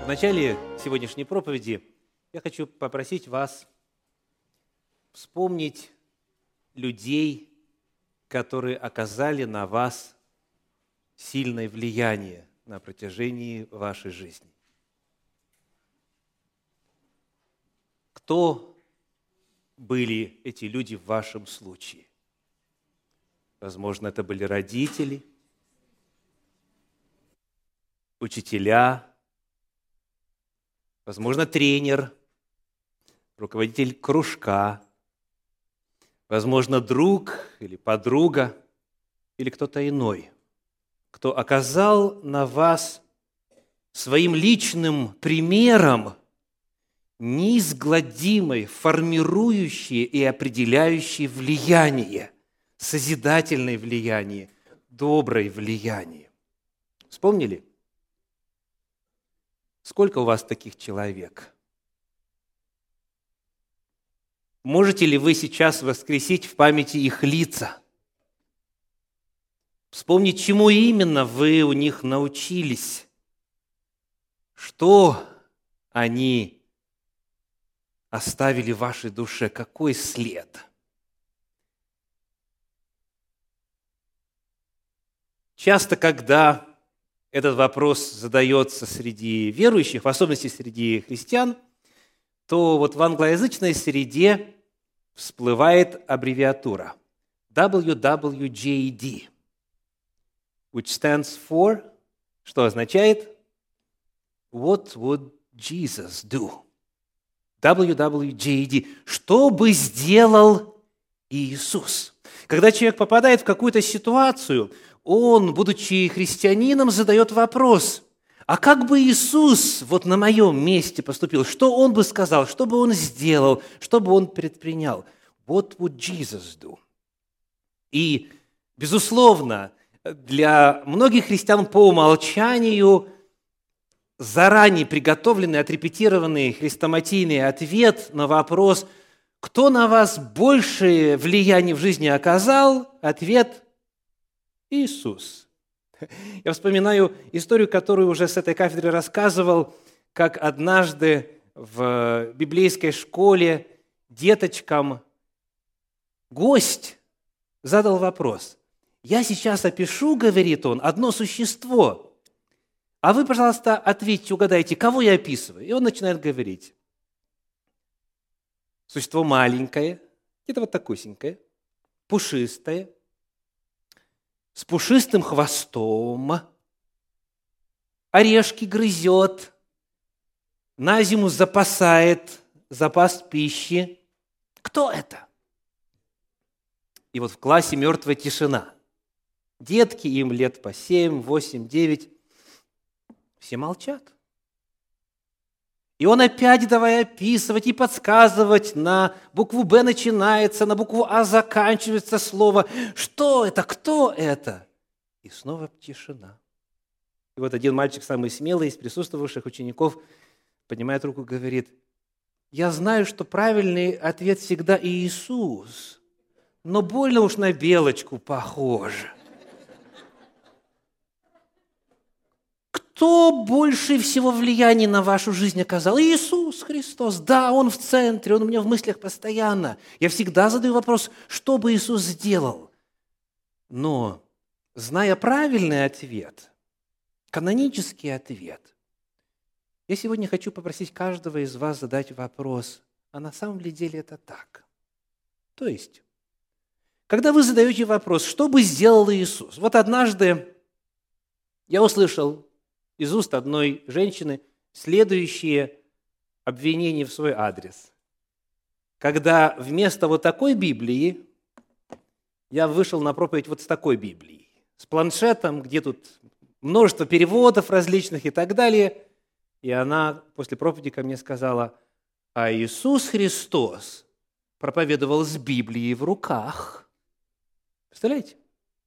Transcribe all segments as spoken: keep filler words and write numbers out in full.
В начале сегодняшней проповеди я хочу попросить вас вспомнить людей, которые оказали на вас сильное влияние на протяжении вашей жизни. Кто были эти люди в вашем случае? Возможно, это были родители, учителя, возможно, тренер, руководитель кружка, возможно, друг или подруга, или кто-то иной, кто оказал на вас своим личным примером неизгладимое, формирующее и определяющее влияние, созидательное влияние, доброе влияние. Вспомнили? Сколько у вас таких человек? Можете ли вы сейчас воскресить в памяти их лица? Вспомнить, чему именно вы у них научились? Что они оставили в вашей душе? Какой след? Часто, когда этот вопрос задается среди верующих, в особенности среди христиан, то вот в англоязычной среде всплывает аббревиатура дабл ю дабл ю джей ди, which stands for, что означает What would Jesus do? дабл ю дабл ю джей ди. Что бы сделал Иисус? Когда человек попадает в какую-то ситуацию, он, будучи христианином, задает вопрос: а как бы Иисус вот на моем месте поступил? Что Он бы сказал? Что бы Он сделал? Что бы Он предпринял? What would Jesus do? И, безусловно, для многих христиан по умолчанию заранее приготовленный, отрепетированный хрестоматийный ответ на вопрос, кто на вас большее влияние в жизни оказал, ответ – Иисус. Я вспоминаю историю, которую уже с этой кафедры рассказывал, как однажды в библейской школе деточкам гость задал вопрос. «Я сейчас опишу, — говорит он, — одно существо, а вы, пожалуйста, ответьте, угадайте, кого я описываю?» И он начинает говорить. Существо маленькое, где-то вот такусенькое, пушистое, с пушистым хвостом, орешки грызет, на зиму запасает запас пищи. Кто это? И вот в классе мертвая тишина. Детки, им лет по семь, восемь, девять, все молчат. И он опять давай описывать и подсказывать, на букву «Б» начинается, на букву «А» заканчивается слово. Что это? Кто это? И снова тишина. И вот один мальчик, самый смелый из присутствовавших учеников, поднимает руку и говорит: «Я знаю, что правильный ответ всегда Иисус, но больно уж на белочку похоже». Кто больше всего влияния на вашу жизнь оказал? Иисус Христос. Да, Он в центре, Он у меня в мыслях постоянно. Я всегда задаю вопрос, что бы Иисус сделал? Но, зная правильный ответ, канонический ответ, я сегодня хочу попросить каждого из вас задать вопрос, а на самом ли деле это так? То есть, когда вы задаете вопрос, что бы сделал Иисус? Вот однажды я услышал из уст одной женщины следующее обвинение в свой адрес. Когда вместо вот такой Библии я вышел на проповедь вот с такой Библией, с планшетом, где тут множество переводов различных и так далее, и она после проповеди ко мне сказала: а Иисус Христос проповедовал с Библией в руках. Представляете?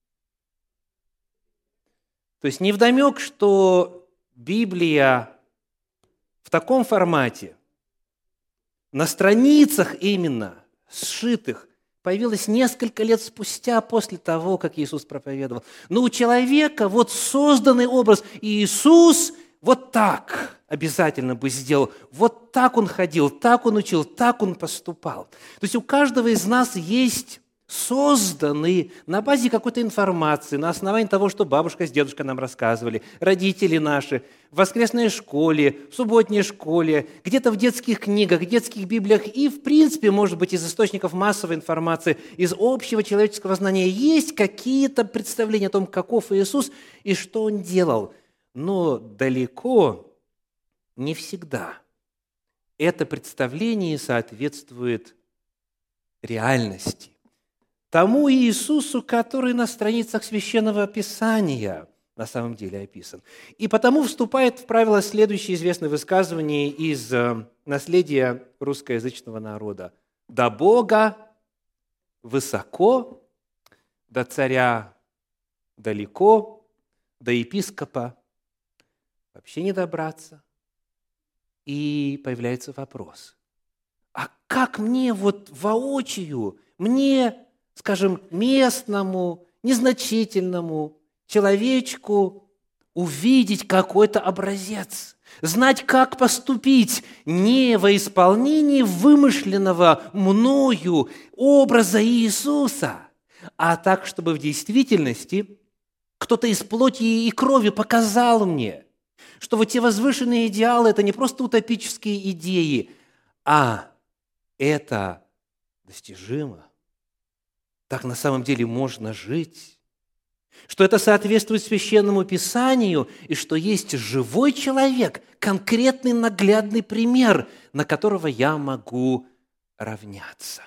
То есть невдомек, что Библия в таком формате, на страницах именно, сшитых, появилась несколько лет спустя после того, как Иисус проповедовал. Но у человека вот созданный образ, и Иисус вот так обязательно бы сделал. Вот так он ходил, так он учил, так он поступал. То есть у каждого из нас есть созданный на базе какой-то информации, на основании того, что бабушка с дедушкой нам рассказывали, родители наши, в воскресной школе, в субботней школе, где-то в детских книгах, в детских библиях и, в принципе, может быть, из источников массовой информации, из общего человеческого знания есть какие-то представления о том, каков Иисус и что Он делал. Но далеко не всегда это представление соответствует реальности. Тому Иисусу, который на страницах Священного Писания на самом деле описан. И потому вступает в правило следующее известное высказывание из наследия русскоязычного народа. «До Бога высоко, до царя далеко, до епископа вообще не добраться». И появляется вопрос, а как мне вот воочию, мне, скажем, местному, незначительному человечку увидеть какой-то образец, знать, как поступить не во исполнении вымышленного мною образа Иисуса, а так, чтобы в действительности кто-то из плоти и крови показал мне, что вот те возвышенные идеалы – это не просто утопические идеи, а это достижимо. Так на самом деле можно жить, что это соответствует Священному Писанию, и что есть живой человек, конкретный наглядный пример, на которого я могу равняться.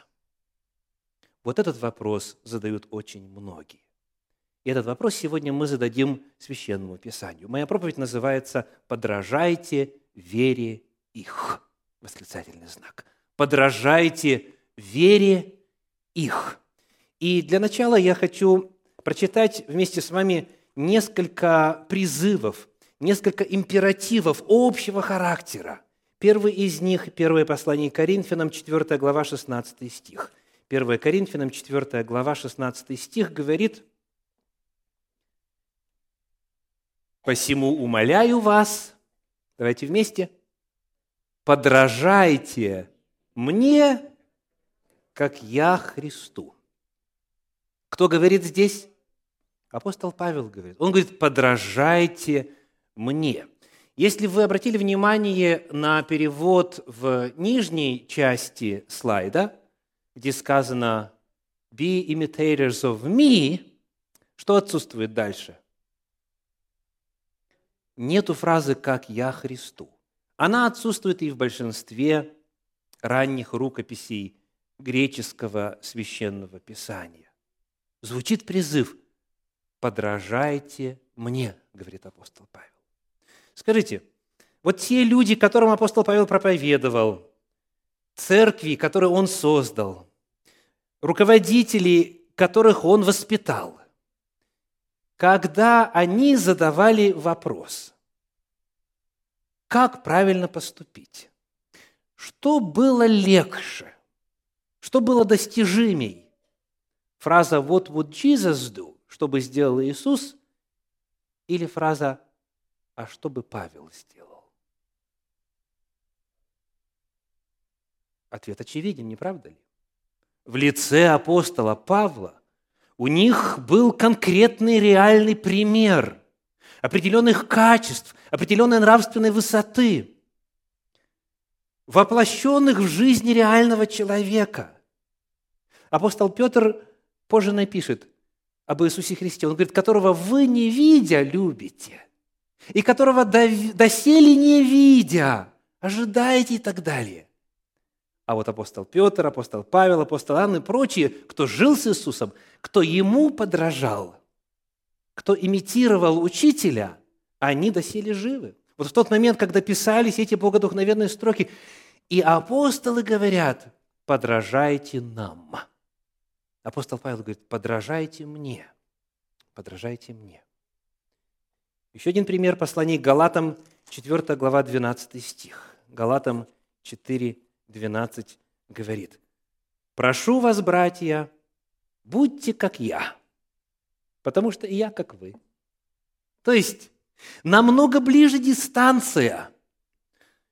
Вот этот вопрос задают очень многие. И этот вопрос сегодня мы зададим Священному Писанию. Моя проповедь называется «Подражайте вере их». Восклицательный знак. «Подражайте вере их». И для начала я хочу прочитать вместе с вами несколько призывов, несколько императивов общего характера. Первый из них – первое послание к Коринфянам, четвёртая глава, шестнадцатый стих. первое Коринфянам, четвёртая глава, шестнадцатый стих говорит: «Посему умоляю вас», давайте вместе, «подражайте мне, как я Христу». Кто говорит здесь? Апостол Павел говорит. Он говорит: «Подражайте мне». Если вы обратили внимание на перевод в нижней части слайда, где сказано «be imitators of me», что отсутствует дальше? Нету фразы «как я Христу». Она отсутствует и в большинстве ранних рукописей греческого священного писания. Звучит призыв «подражайте мне», говорит апостол Павел. Скажите, вот те люди, которым апостол Павел проповедовал, церкви, которые он создал, руководители, которых он воспитал, когда они задавали вопрос, как правильно поступить, что было легче, что было достижимей? Фраза «What would Jesus do?» Что бы сделал Иисус? Или фраза «А что бы Павел сделал?» Ответ очевиден, не правда ли? В лице апостола Павла у них был конкретный реальный пример определенных качеств, определенной нравственной высоты, воплощенных в жизни реального человека. Апостол Петр позже напишет об Иисусе Христе. Он говорит: «которого вы, не видя, любите, и которого доселе не видя, ожидаете» и так далее. А вот апостол Петр, апостол Павел, апостол Иоанн и прочие, кто жил с Иисусом, кто Ему подражал, кто имитировал учителя, они доселе живы. Вот в тот момент, когда писались эти богодухновенные строки, и апостолы говорят: «подражайте нам». Апостол Павел говорит: «подражайте мне, подражайте мне». Еще один пример послания к Галатам, четвёртая глава, двенадцатый стих. Галатам четыре, двенадцать говорит: «Прошу вас, братья, будьте как я, потому что и я как вы». То есть намного ближе дистанция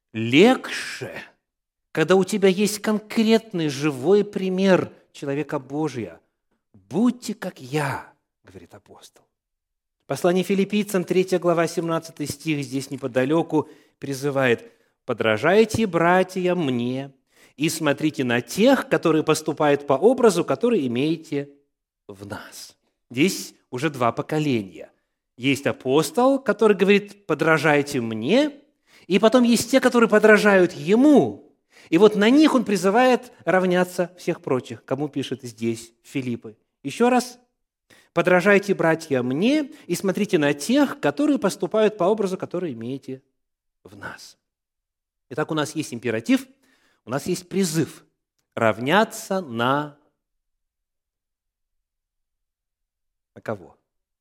легче, когда у тебя есть конкретный живой пример человека Божия. Будьте как я, говорит апостол. Послание Филиппийцам, третья глава, семнадцатый стих, здесь неподалеку призывает: «Подражайте, братья, мне, и смотрите на тех, которые поступают по образу, который имеете в нас». Здесь уже два поколения. Есть апостол, который говорит: «Подражайте мне», и потом есть те, которые подражают ему. И вот на них он призывает равняться всех прочих, кому пишет здесь Филиппы. Еще раз: «Подражайте, братья, мне, и смотрите на тех, которые поступают по образу, который имеете в нас». Итак, у нас есть императив, у нас есть призыв равняться на... На кого?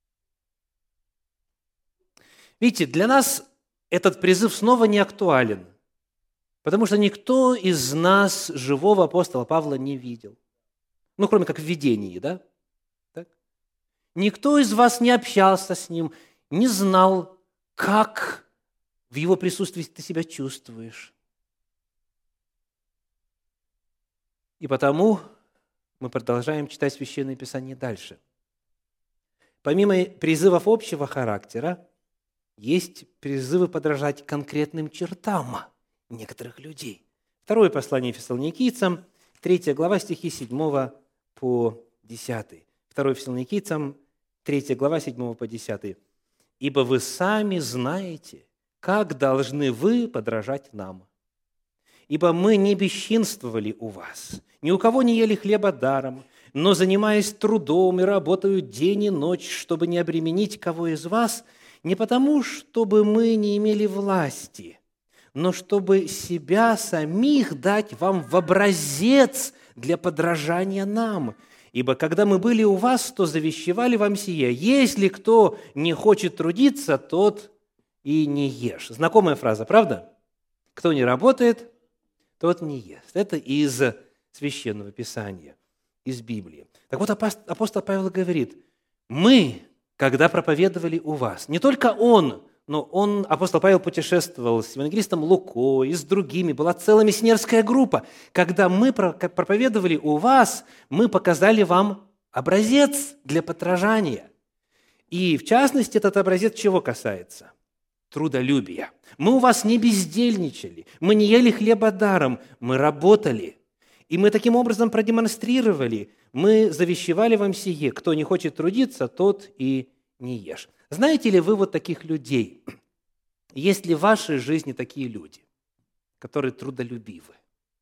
Видите, для нас этот призыв снова не актуален, потому что никто из нас живого апостола Павла не видел. Ну, кроме как в видении, да? Так? Никто из вас не общался с ним, не знал, как в его присутствии ты себя чувствуешь. И потому мы продолжаем читать Священное Писание дальше. Помимо призывов общего характера, есть призывы подражать конкретным чертам некоторых людей. Второе послание Фессалоникийцам, третья глава, стихи седьмого по десятый. Второе Фессалоникийцам, третья глава, седьмого по десятый. «Ибо вы сами знаете, как должны вы подражать нам. Ибо мы не бесчинствовали у вас, ни у кого не ели хлеба даром, но, занимаясь трудом и работаю день и ночь, чтобы не обременить кого из вас, не потому, чтобы мы не имели власти, но чтобы себя самих дать вам в образец для подражания нам. Ибо когда мы были у вас, то завещевали вам сие: если кто не хочет трудиться, тот и не ешь». Знакомая фраза, правда? Кто не работает, тот не ест. Это из Священного Писания, из Библии. Так вот, апостол Павел говорит: мы, когда проповедовали у вас, не только он, но он, апостол Павел, путешествовал с евангелистом Лукой и с другими, была целая миссионерская группа. Когда мы проповедовали у вас, мы показали вам образец для подражания. И, в частности, этот образец чего касается? Трудолюбия. Мы у вас не бездельничали, мы не ели хлеба даром, мы работали. И мы таким образом продемонстрировали, мы завещевали вам сие: кто не хочет трудиться, тот и не ешь. Знаете ли вы вот таких людей? Есть ли в вашей жизни такие люди, которые трудолюбивы,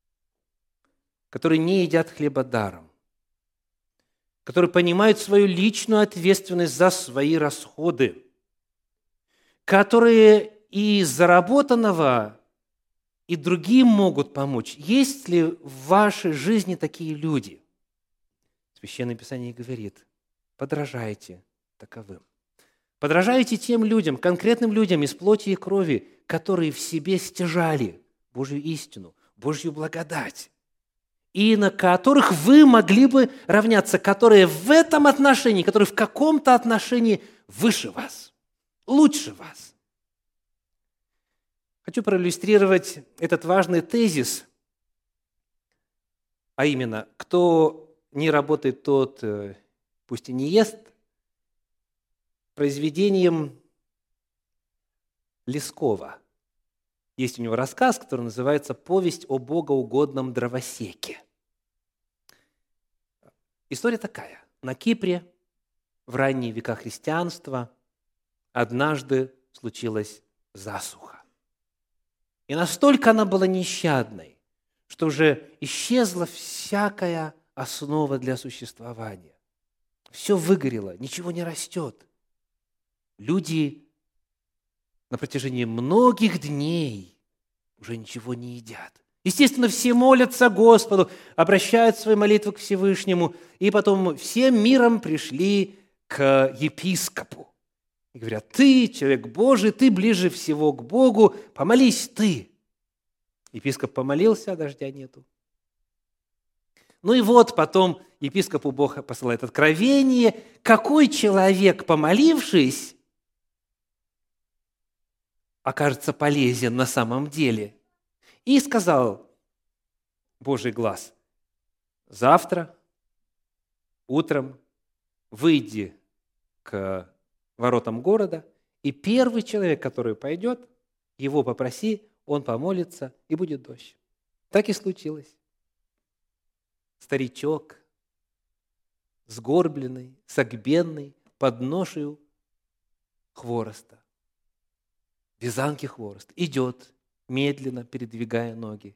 которые не едят хлеба даром, которые понимают свою личную ответственность за свои расходы, которые из заработанного и другим могут помочь? Есть ли в вашей жизни такие люди? Священное Писание говорит: подражайте таковым. Подражайте тем людям, конкретным людям из плоти и крови, которые в себе стяжали Божью истину, Божью благодать, и на которых вы могли бы равняться, которые в этом отношении, которые в каком-то отношении выше вас, лучше вас. Хочу проиллюстрировать этот важный тезис, а именно: кто не работает, тот пусть и не ест, произведением Лескова. Есть у него рассказ, который называется «Повесть о богоугодном дровосеке». История такая. На Кипре в ранние века христианства однажды случилась засуха. И настолько она была нещадной, что уже исчезла всякая основа для существования. Все выгорело, ничего не растет. Люди на протяжении многих дней уже ничего не едят. Естественно, все молятся Господу, обращают свои молитвы к Всевышнему, и потом всем миром пришли к епископу. И говорят: ты, человек Божий, ты ближе всего к Богу, помолись ты. Епископ помолился, а дождя нету. Ну и вот потом епископу Бог посылает откровение, какой человек, помолившись, окажется полезен на самом деле И сказал Божий глас: завтра утром выйди к воротам города, и первый человек, который пойдет, его попроси, он помолится, и будет дождь. Так и случилось. Старичок, сгорбленный, согбенный, под ношею хвороста, вязанки хвороста, идет, медленно передвигая ноги.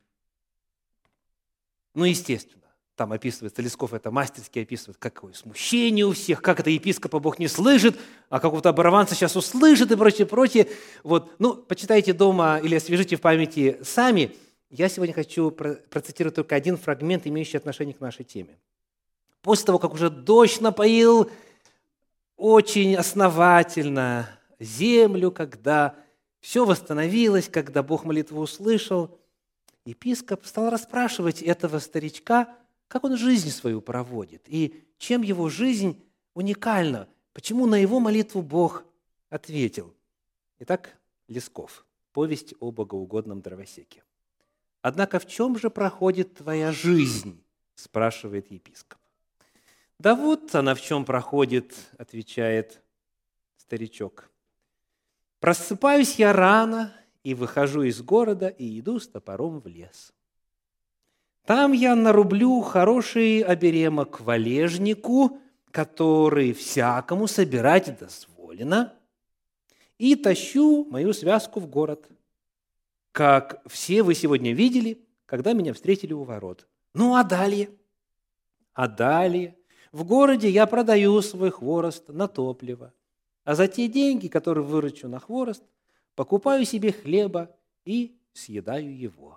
Ну, естественно, там описывается, Лесков это мастерски описывает, какое смущение у всех, как это епископа Бог не слышит, а какого-то оборванца сейчас услышит и прочее, прочее. Вот. Ну, почитайте дома или освежите в памяти сами. Я сегодня хочу процитировать только один фрагмент, имеющий отношение к нашей теме. После того, как уже дождь напоил очень основательно землю, когда все восстановилось, когда Бог молитву услышал, епископ стал расспрашивать этого старичка, как он жизнь свою проводит и чем его жизнь уникальна, почему на его молитву Бог ответил. Итак, Лесков, повесть о богоугодном дровосеке. «Однако в чем же проходит твоя жизнь?» – спрашивает епископ. «Да вот она в чем проходит», – отвечает старичок. «Просыпаюсь я рано и выхожу из города и иду с топором в лес. Там я нарублю хороший оберемок валежнику, который всякому собирать дозволено, и тащу мою связку в город, как все вы сегодня видели, когда меня встретили у ворот. Ну, а далее? А далее в городе я продаю свой хворост на топливо, а за те деньги, которые выручу на хворост, покупаю себе хлеба и съедаю его.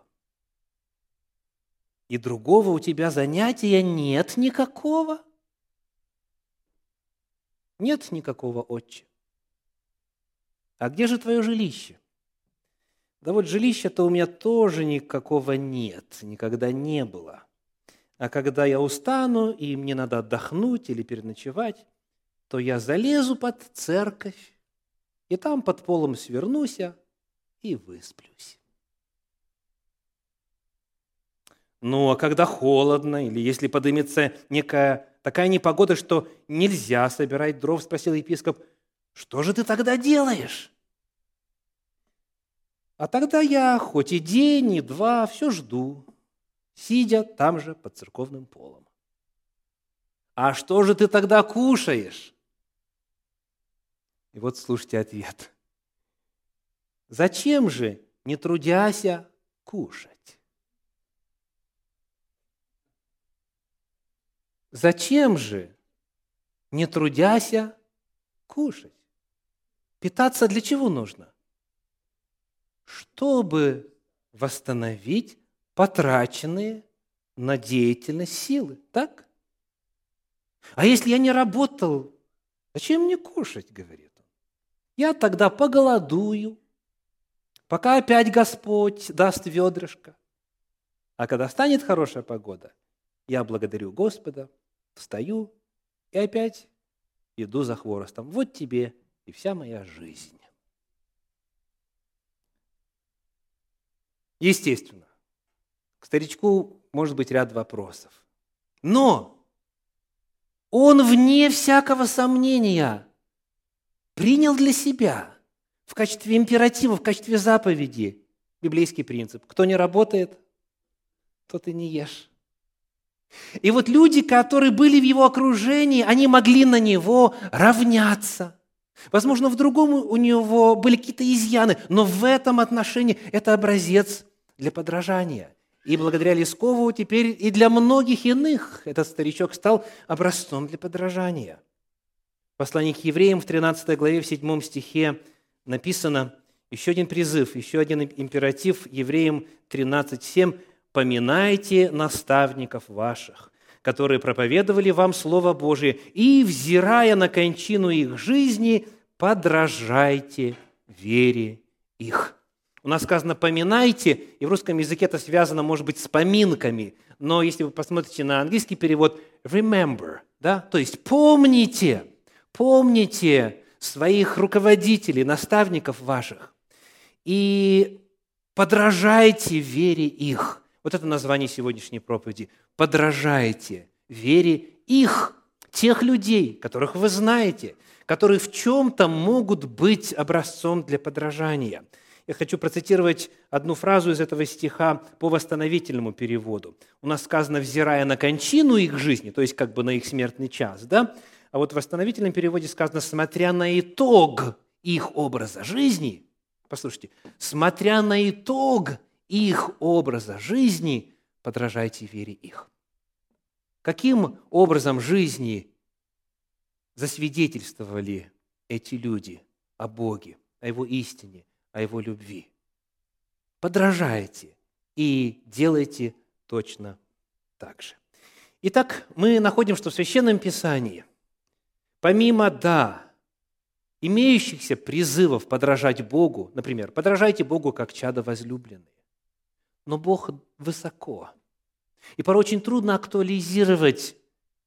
И другого у тебя занятия нет никакого? Нет никакого, отче. А где же твое жилище? Да вот жилища-то у меня тоже никакого нет, никогда не было. А когда я устану, и мне надо отдохнуть или переночевать, то я залезу под церковь, и там под полом свернусь и высплюсь. Ну, а когда холодно, или если подымется некая такая непогода, что нельзя собирать дров, спросил епископ, что же ты тогда делаешь? А тогда я хоть и день, и два все жду, сидя там же под церковным полом. А что же ты тогда кушаешь? И вот слушайте ответ. Зачем же, не трудяся, кушать? Зачем же, не трудяся, кушать? Питаться для чего нужно? Чтобы восстановить потраченные на деятельность силы, так? А если я не работал, зачем мне кушать, говорит он? Я тогда поголодую, пока опять Господь даст ведрышко. А когда станет хорошая погода, я благодарю Господа, встаю и опять иду за хворостом. Вот тебе и вся моя жизнь. Естественно, к старичку может быть ряд вопросов. Но он, вне всякого сомнения, принял для себя в качестве императива, в качестве заповеди библейский принцип. Кто не работает, тот и не ешь. И вот люди, которые были в его окружении, они могли на него равняться. Возможно, в другом у него были какие-то изъяны, но в этом отношении это образец для подражания. И благодаря Лескову теперь и для многих иных этот старичок стал образцом для подражания. В послании к евреям в тринадцатой главе, в седьмом стихе написано еще один призыв, еще один императив евреям тринадцать семь. «Поминайте наставников ваших, которые проповедовали вам Слово Божие, и, взирая на кончину их жизни, подражайте вере их». У нас сказано «поминайте», и в русском языке это связано, может быть, с поминками, но если вы посмотрите на английский перевод «remember», да, то есть помните, помните своих руководителей, наставников ваших. И подражайте вере их. Вот это название сегодняшней проповеди. Подражайте вере их, тех людей, которых вы знаете, которые в чем-то могут быть образцом для подражания. Я хочу процитировать одну фразу из этого стиха по восстановительному переводу. У нас сказано «взирая на кончину их жизни», то есть как бы на их смертный час, да? А вот в восстановительном переводе сказано «смотря на итог их образа жизни». Послушайте, «смотря на итог их образа жизни, подражайте вере их». Каким образом жизни засвидетельствовали эти люди о Боге, о Его истине, о Его любви? Подражайте и делайте точно так же. Итак, мы находим, что в Священном Писании, помимо, да, имеющихся призывов подражать Богу, например, подражайте Богу как чадо возлюбленные, но Бог высоко. И порой очень трудно актуализировать,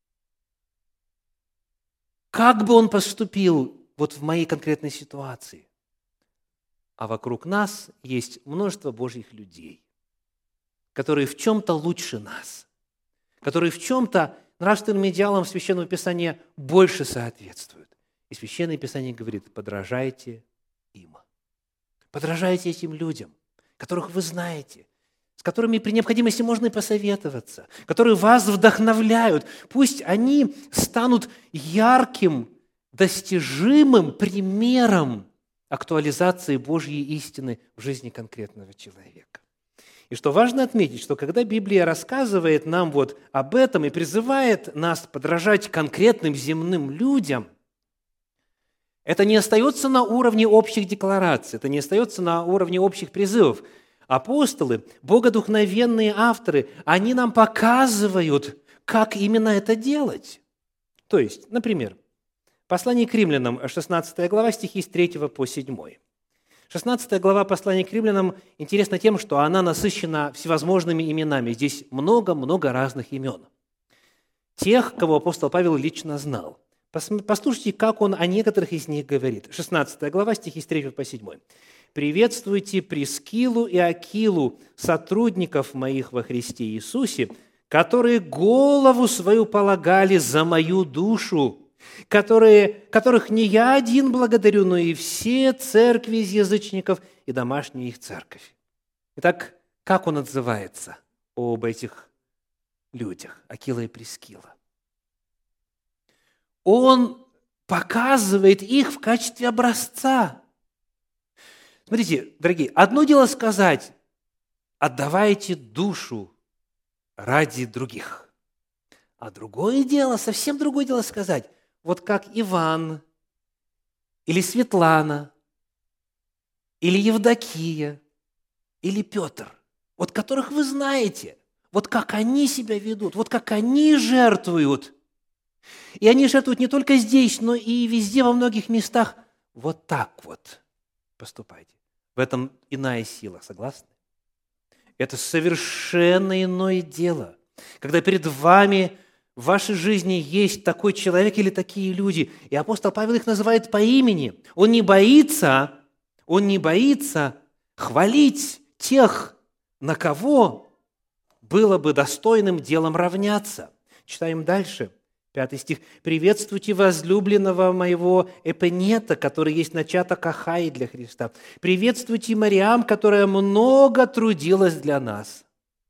как бы Он поступил вот в моей конкретной ситуации. А вокруг нас есть множество Божьих людей, которые в чем-то лучше нас, которые в чем-то нравственным идеалам Священного Писания больше соответствуют. И Священное Писание говорит, подражайте им. Подражайте этим людям, которых вы знаете, с которыми при необходимости можно и посоветоваться, которые вас вдохновляют. Пусть они станут ярким, достижимым примером актуализации Божьей истины в жизни конкретного человека. И что важно отметить, что когда Библия рассказывает нам вот об этом и призывает нас подражать конкретным земным людям, это не остается на уровне общих деклараций, это не остается на уровне общих призывов. Апостолы, богодухновенные авторы, они нам показывают, как именно это делать. То есть, например, послание к римлянам, шестнадцатая глава, стихи с третьего по седьмой. шестнадцатая глава послания к римлянам интересна тем, что она насыщена всевозможными именами. Здесь много-много разных имен. Тех, кого апостол Павел лично знал. Послушайте, как он о некоторых из них говорит. шестнадцатая глава, стихи с третьего по седьмой. «Приветствуйте Прискилу и Акилу, сотрудников моих во Христе Иисусе, которые голову свою полагали за мою душу, которые, которых не я один благодарю, но и все церкви из язычников и домашняя их церковь». Итак, как он отзывается об этих людях, Акила и Прискила? Он показывает их в качестве образца. Смотрите, дорогие, одно дело сказать, отдавайте душу ради других. А другое дело, совсем другое дело сказать, вот как Иван, или Светлана, или Евдокия, или Петр, вот которых вы знаете, вот как они себя ведут, вот как они жертвуют. И они жертвуют не только здесь, но и везде, во многих местах. Вот так вот поступайте. В этом иная сила, согласны? Это совершенно иное дело. Когда перед вами в вашей жизни есть такой человек или такие люди, и апостол Павел их называет по имени. Он не боится, он не боится хвалить тех, на кого было бы достойным делом равняться. Читаем дальше. Пятый стих. «Приветствуйте возлюбленного моего Эпенета, который есть начаток Ахаи для Христа. Приветствуйте Мариам, которая много трудилась для нас».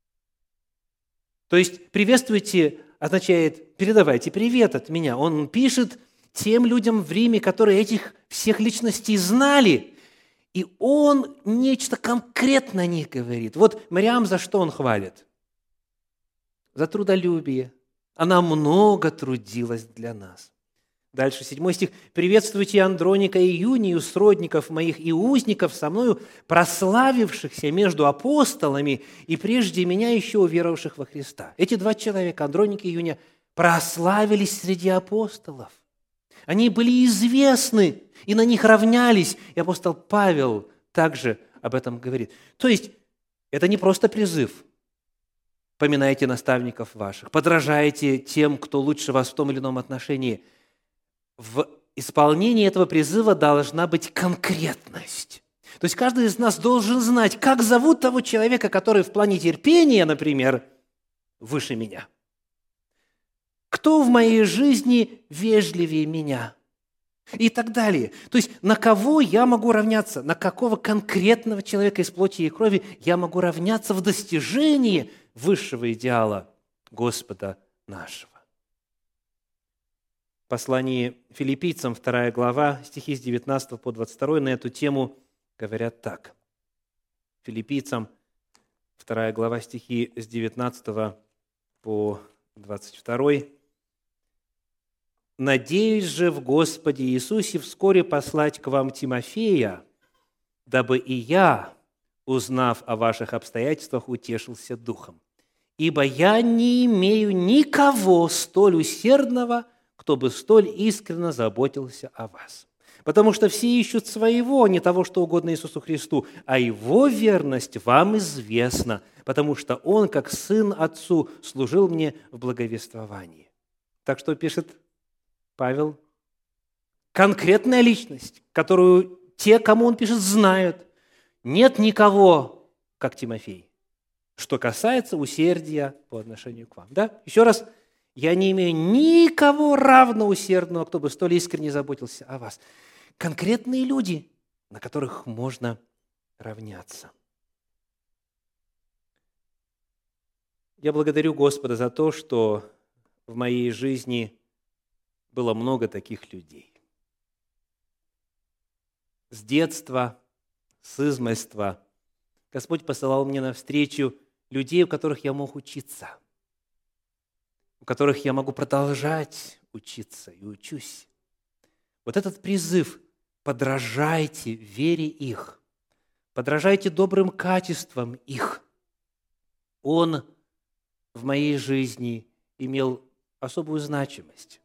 То есть «приветствуйте» означает «передавайте привет от меня». Он пишет тем людям в Риме, которые этих всех личностей знали, и он нечто конкретно о них говорит. Вот Мариам за что он хвалит? За трудолюбие. Она много трудилась для нас. Дальше, седьмой стих. «Приветствуйте Андроника и Юнию, сродников моих и узников со мною, прославившихся между апостолами и прежде меня еще уверовавших во Христа». Эти два человека, Андроник и Юния, прославились среди апостолов. Они были известны, и на них равнялись. И апостол Павел также об этом говорит. То есть, это не просто призыв. Поминайте наставников ваших, подражайте тем, кто лучше вас в том или ином отношении. В исполнении этого призыва должна быть конкретность. То есть каждый из нас должен знать, как зовут того человека, который в плане терпения, например, выше меня. Кто в моей жизни вежливее меня? И так далее. То есть на кого я могу равняться? На какого конкретного человека из плоти и крови я могу равняться в достижении высшего идеала Господа нашего? В послании Филиппийцам, вторая глава, стихи с девятнадцатого по двадцать второй на эту тему говорят так. Филиппийцам, вторая глава, стихи с девятнадцатого по двадцать второй. «Надеюсь же в Господе Иисусе вскоре послать к вам Тимофея, дабы и я, узнав о ваших обстоятельствах, утешился духом. Ибо я не имею никого столь усердного, кто бы столь искренне заботился о вас. Потому что все ищут своего, не того, что угодно Иисусу Христу, а Его верность вам известна, потому что Он, как сын Отцу, служил мне в благовествовании». Так что пишет Павел? Конкретная личность, которую те, кому он пишет, знают. Нет никого, как Тимофей, что касается усердия по отношению к вам. Да? Еще раз, я не имею никого равно усердного, кто бы столь искренне заботился о вас. Конкретные люди, на которых можно равняться. Я благодарю Господа за то, что в моей жизни было много таких людей. С детства, с измольства Господь посылал мне навстречу людей, у которых я мог учиться, у которых я могу продолжать учиться и учусь. Вот этот призыв «подражайте вере их», подражайте добрым качествам их, он в моей жизни имел особую значимость.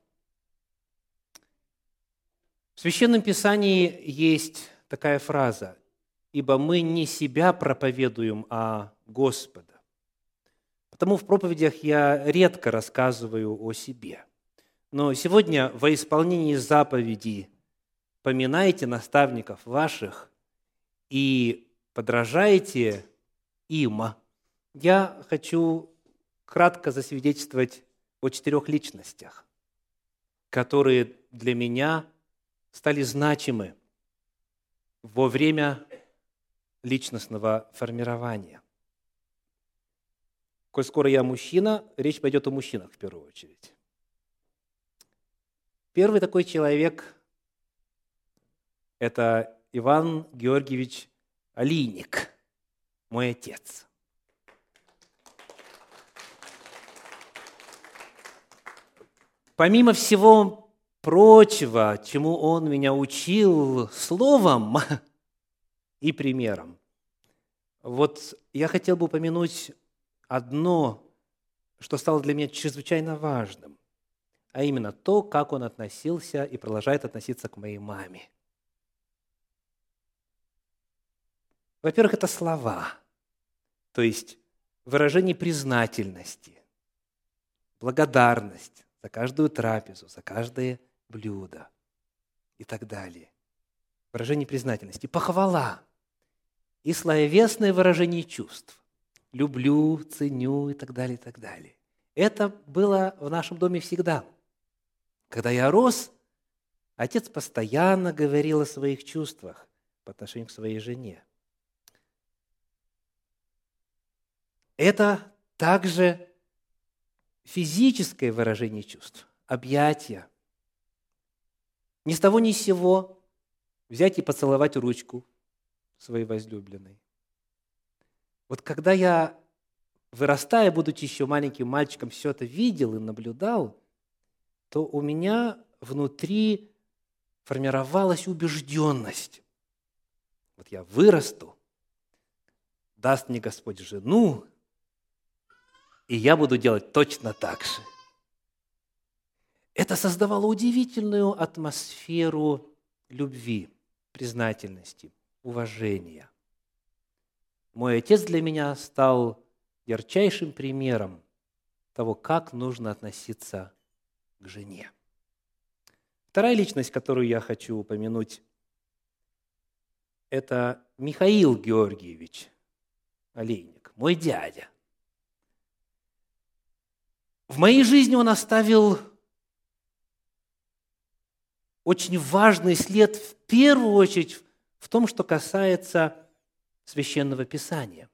В Священном Писании есть такая фраза: «Ибо мы не себя проповедуем, а Господа». Потому в проповедях я редко рассказываю о себе. Но сегодня во исполнении заповеди «поминайте наставников ваших и подражайте им», я хочу кратко засвидетельствовать о четырех личностях, которые для меня стали значимы во время личностного формирования. Коль скоро я мужчина, речь пойдет о мужчинах в первую очередь. Первый такой человек – это Иван Георгиевич Олийник, мой отец. Помимо всего прочего, чему он меня учил словом и примером, вот я хотел бы упомянуть одно, что стало для меня чрезвычайно важным, а именно то, как он относился и продолжает относиться к моей маме. Во-первых, это слова, то есть выражение признательности, благодарность за каждую трапезу, за каждое блюдо и так далее. Выражение признательности, похвала и словесное выражение чувств. Люблю, ценю и так далее, и так далее. Это было в нашем доме всегда. Когда я рос, отец постоянно говорил о своих чувствах по отношению к своей жене. Это также физическое выражение чувств, объятия. Ни с того ни с сего взять и поцеловать ручку своей возлюбленной. Вот когда я, вырастая, будучи еще маленьким мальчиком, все это видел и наблюдал, то у меня внутри формировалась убежденность. Вот я вырасту, даст мне Господь жену, и я буду делать точно так же. Это создавало удивительную атмосферу любви, признательности, уважения. Мой отец для меня стал ярчайшим примером того, как нужно относиться к жене. Вторая личность, которую я хочу упомянуть, это Михаил Георгиевич Олейник, мой дядя. В моей жизни он оставил очень важный след, в первую очередь, в том, что касается Священного Писания.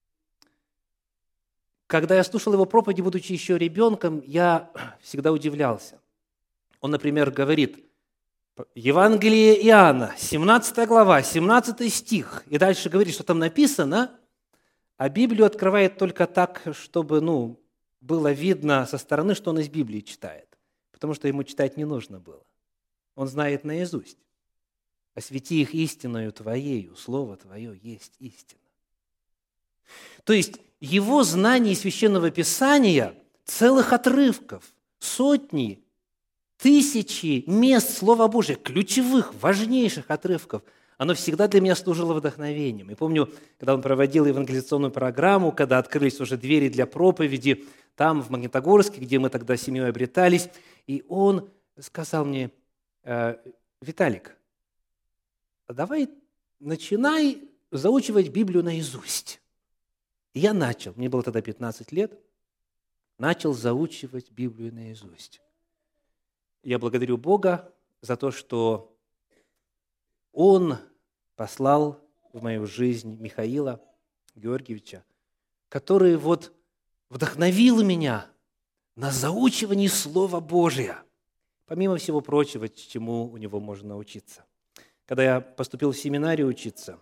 Когда я слушал его проповеди, будучи еще ребенком, я всегда удивлялся. Он, например, говорит, Евангелие Иоанна, семнадцатая глава, семнадцатый стих, и дальше говорит, что там написано, а Библию открывает только так, чтобы, ну, было видно со стороны, что он из Библии читает, потому что ему читать не нужно было. Он знает наизусть. «Освети их истиною Твоею, Слово Твое есть истина». То есть его знание Священного Писания, целых отрывков, сотни, тысячи мест Слова Божия, ключевых, важнейших отрывков, оно всегда для меня служило вдохновением. И помню, когда он проводил евангелизационную программу, когда открылись уже двери для проповеди, там, в Магнитогорске, где мы тогда с семьей обретались, и он сказал мне: «Виталик, давай начинай заучивать Библию наизусть». И я начал, мне было тогда пятнадцать лет, начал заучивать Библию наизусть. Я благодарю Бога за то, что Он послал в мою жизнь Михаила Георгиевича, который вот вдохновил меня на заучивание Слова Божия, помимо всего прочего, чему у него можно научиться. Когда я поступил в семинарию учиться,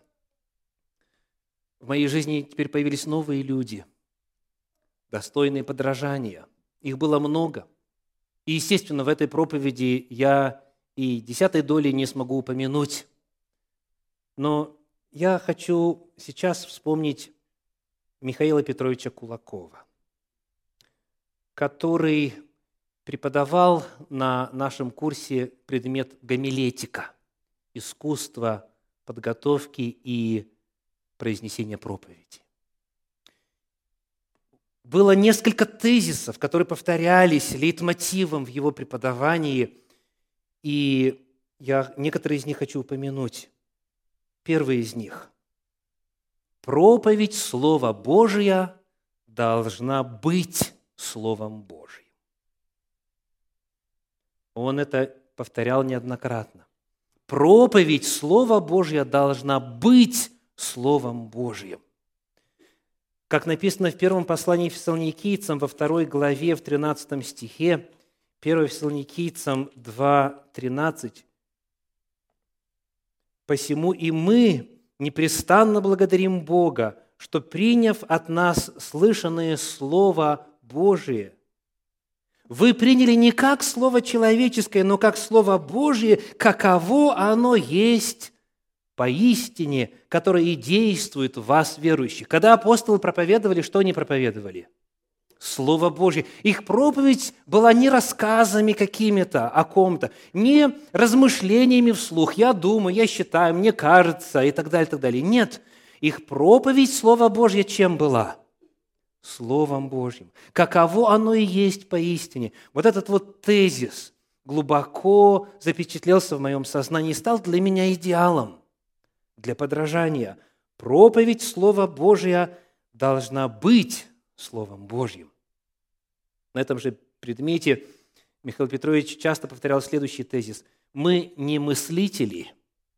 в моей жизни теперь появились новые люди, достойные подражания. Их было много. И, естественно, в этой проповеди я и десятой доли не смогу упомянуть. Но я хочу сейчас вспомнить Михаила Петровича Кулакова, который преподавал на нашем курсе предмет гомилетика, искусство подготовки и произнесения проповеди. Было несколько тезисов, которые повторялись лейтмотивом в его преподавании, и я некоторые из них хочу упомянуть. Первый из них. Проповедь Слова Божия должна быть Словом Божьим. Он это повторял неоднократно. Проповедь Слова Божия должна быть Словом Божьим. Как написано в первом послании Фессалоникийцам во второй главе, в тринадцатом стихе, первое Фессалоникийцам два тринадцать. «Посему и мы непрестанно благодарим Бога, что, приняв от нас слышанное Слово Божие, вы приняли не как Слово человеческое, но как Слово Божие, каково оно есть поистине, которое и действует в вас, верующих». Когда апостолы проповедовали, что они проповедовали? Слово Божье. Их проповедь была не рассказами какими-то о ком-то, не размышлениями вслух. Я думаю, я считаю, мне кажется и так далее, и так далее. Нет, их проповедь Слова Божье чем была? Словом Божьим. Каково оно и есть поистине. Вот этот вот тезис глубоко запечатлелся в моем сознании и стал для меня идеалом для подражания. Проповедь Слова Божия должна быть Словом Божьим. На этом же предмете Михаил Петрович часто повторял следующий тезис. Мы не мыслители,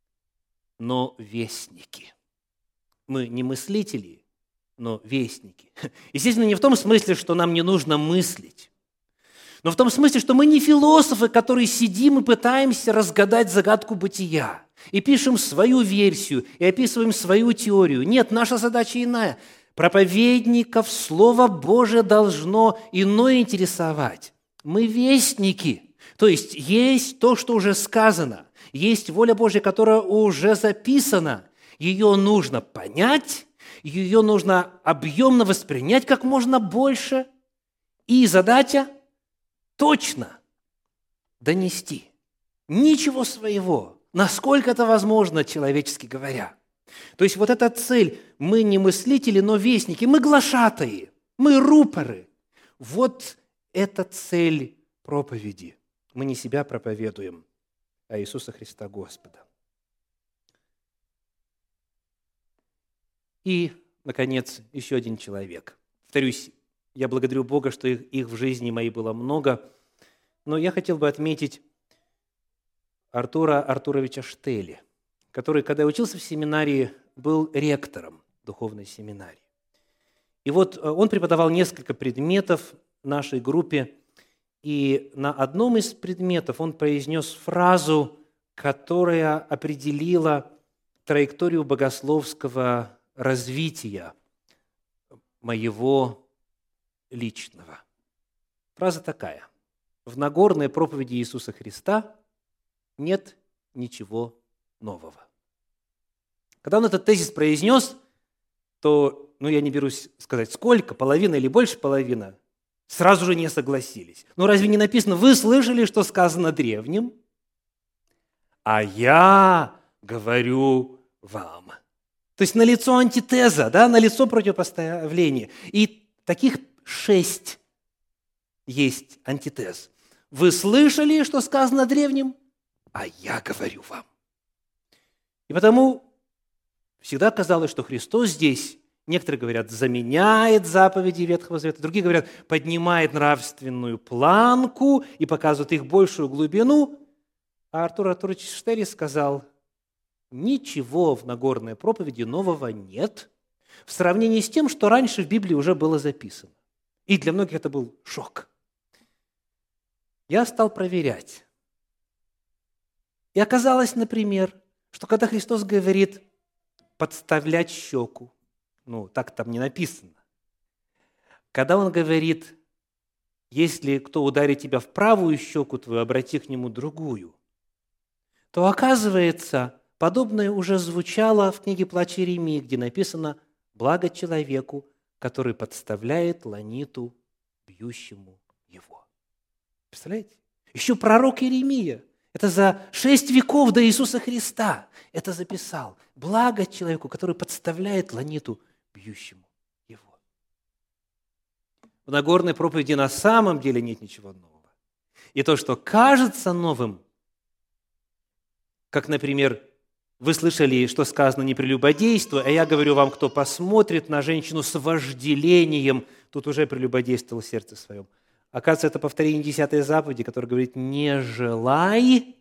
но вестники. Мы не мыслители, но вестники. Естественно, не в том смысле, что нам не нужно мыслить, но в том смысле, что мы не философы, которые сидим и пытаемся разгадать загадку бытия, и пишем свою версию, и описываем свою теорию. Нет, наша задача иная. Проповедников Слово Божие должно иное интересовать. Мы вестники, то есть есть то, что уже сказано, есть воля Божья, которая уже записана. Ее нужно понять, ее нужно объемно воспринять как можно больше, и задача точно донести. Ничего своего, насколько это возможно, человечески говоря. То есть вот эта цель, мы не мыслители, но вестники, мы глашатаи, мы рупоры. Вот эта цель проповеди. Мы не себя проповедуем, а Иисуса Христа Господа. И, наконец, еще один человек. Повторюсь, я благодарю Бога, что их, их в жизни моей было много, но я хотел бы отметить Артура Артуровича Штели, который, когда я учился в семинарии, был ректором духовной семинарии. И вот он преподавал несколько предметов нашей группе, и на одном из предметов он произнес фразу, которая определила траекторию богословского развития моего личного. Фраза такая: в Нагорной проповеди Иисуса Христа нет ничего нового. Когда он этот тезис произнес, то, ну, я не берусь сказать, сколько, половина или больше половины, сразу же не согласились. Ну, разве не написано: вы слышали, что сказано древним? А я говорю вам. То есть налицо антитеза, да, налицо противопоставление. И таких шесть есть антитез. Вы слышали, что сказано древним? А я говорю вам. И потому всегда казалось, что Христос здесь, некоторые говорят, заменяет заповеди Ветхого Завета, другие говорят, поднимает нравственную планку и показывает их большую глубину. А Артур Артурович Штели сказал: ничего в Нагорной проповеди нового нет в сравнении с тем, что раньше в Библии уже было записано. И для многих это был шок. Я стал проверять. И оказалось, например, что когда Христос говорит подставлять щеку, ну, так там не написано. Когда Он говорит, если кто ударит тебя в правую щеку твою, обрати к нему другую, то оказывается, подобное уже звучало в книге «Плач Иеремии», где написано «Благо человеку, который подставляет ланиту бьющему его». Представляете? Еще пророк Иеремия, это за шесть веков до Иисуса Христа, это записал. Благо человеку, который подставляет ланиту бьющему его. В Нагорной проповеди на самом деле нет ничего нового. И то, что кажется новым, как, например, вы слышали, что сказано «не прелюбодействуй», а я говорю вам, кто посмотрит на женщину с вожделением, тут уже прелюбодействовал в сердце своем. Оказывается, это повторение десятой заповеди, которая говорит «не желай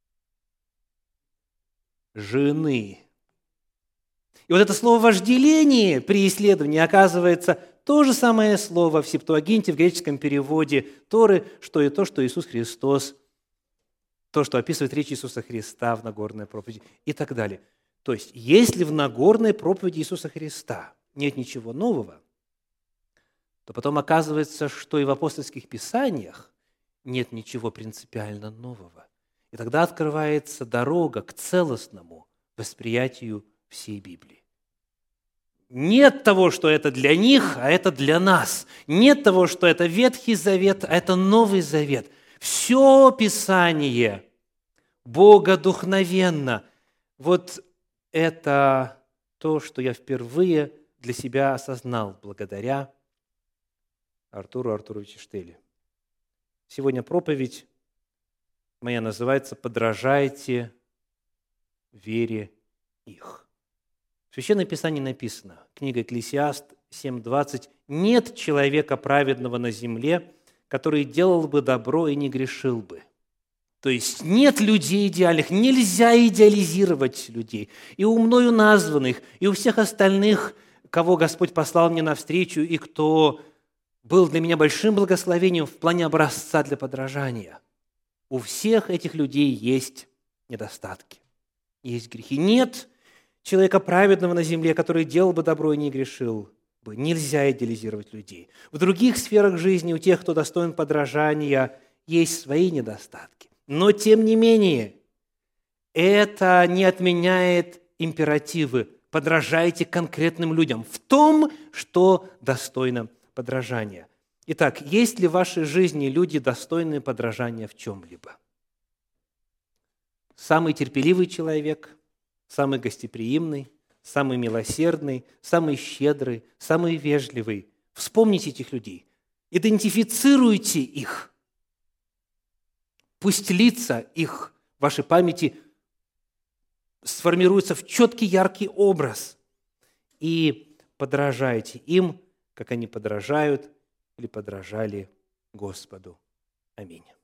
жены». И вот это слово «вожделение» при исследовании оказывается то же самое слово в Септуагинте, в греческом переводе Торы, что и то, что Иисус Христос, то, что описывает речь Иисуса Христа в Нагорной проповеди и так далее. То есть, если в Нагорной проповеди Иисуса Христа нет ничего нового, то потом оказывается, что и в апостольских писаниях нет ничего принципиально нового. И тогда открывается дорога к целостному восприятию всей Библии. Нет того, что это для них, а это для нас. Нет того, что это Ветхий Завет, а это Новый Завет. Все Писание богодухновенно. Вот это то, что я впервые для себя осознал благодаря Артуру Артуровичу Штели. Сегодня проповедь моя называется «Подражайте вере их». В Священном Писании написано, книга Экклесиаст семь двадцать, «Нет человека праведного на земле, который делал бы добро и не грешил бы». То есть нет людей идеальных, нельзя идеализировать людей. И у мною названных, и у всех остальных, кого Господь послал мне навстречу, и кто был для меня большим благословением в плане образца для подражания. У всех этих людей есть недостатки, есть грехи. Нет человека праведного на земле, который делал бы добро и не грешил бы. Нельзя идеализировать людей. В других сферах жизни у тех, кто достоин подражания, есть свои недостатки. Но, тем не менее, это не отменяет императивы. Подражайте конкретным людям в том, что достойно подражания. Итак, есть ли в вашей жизни люди, достойные подражания в чем-либо? Самый терпеливый человек, самый гостеприимный, самый милосердный, самый щедрый, самый вежливый. Вспомните этих людей, идентифицируйте их. Пусть лица их в вашей памяти сформируются в четкий, яркий образ. и подражайте им, как они подражают или подражали Господу. Аминь.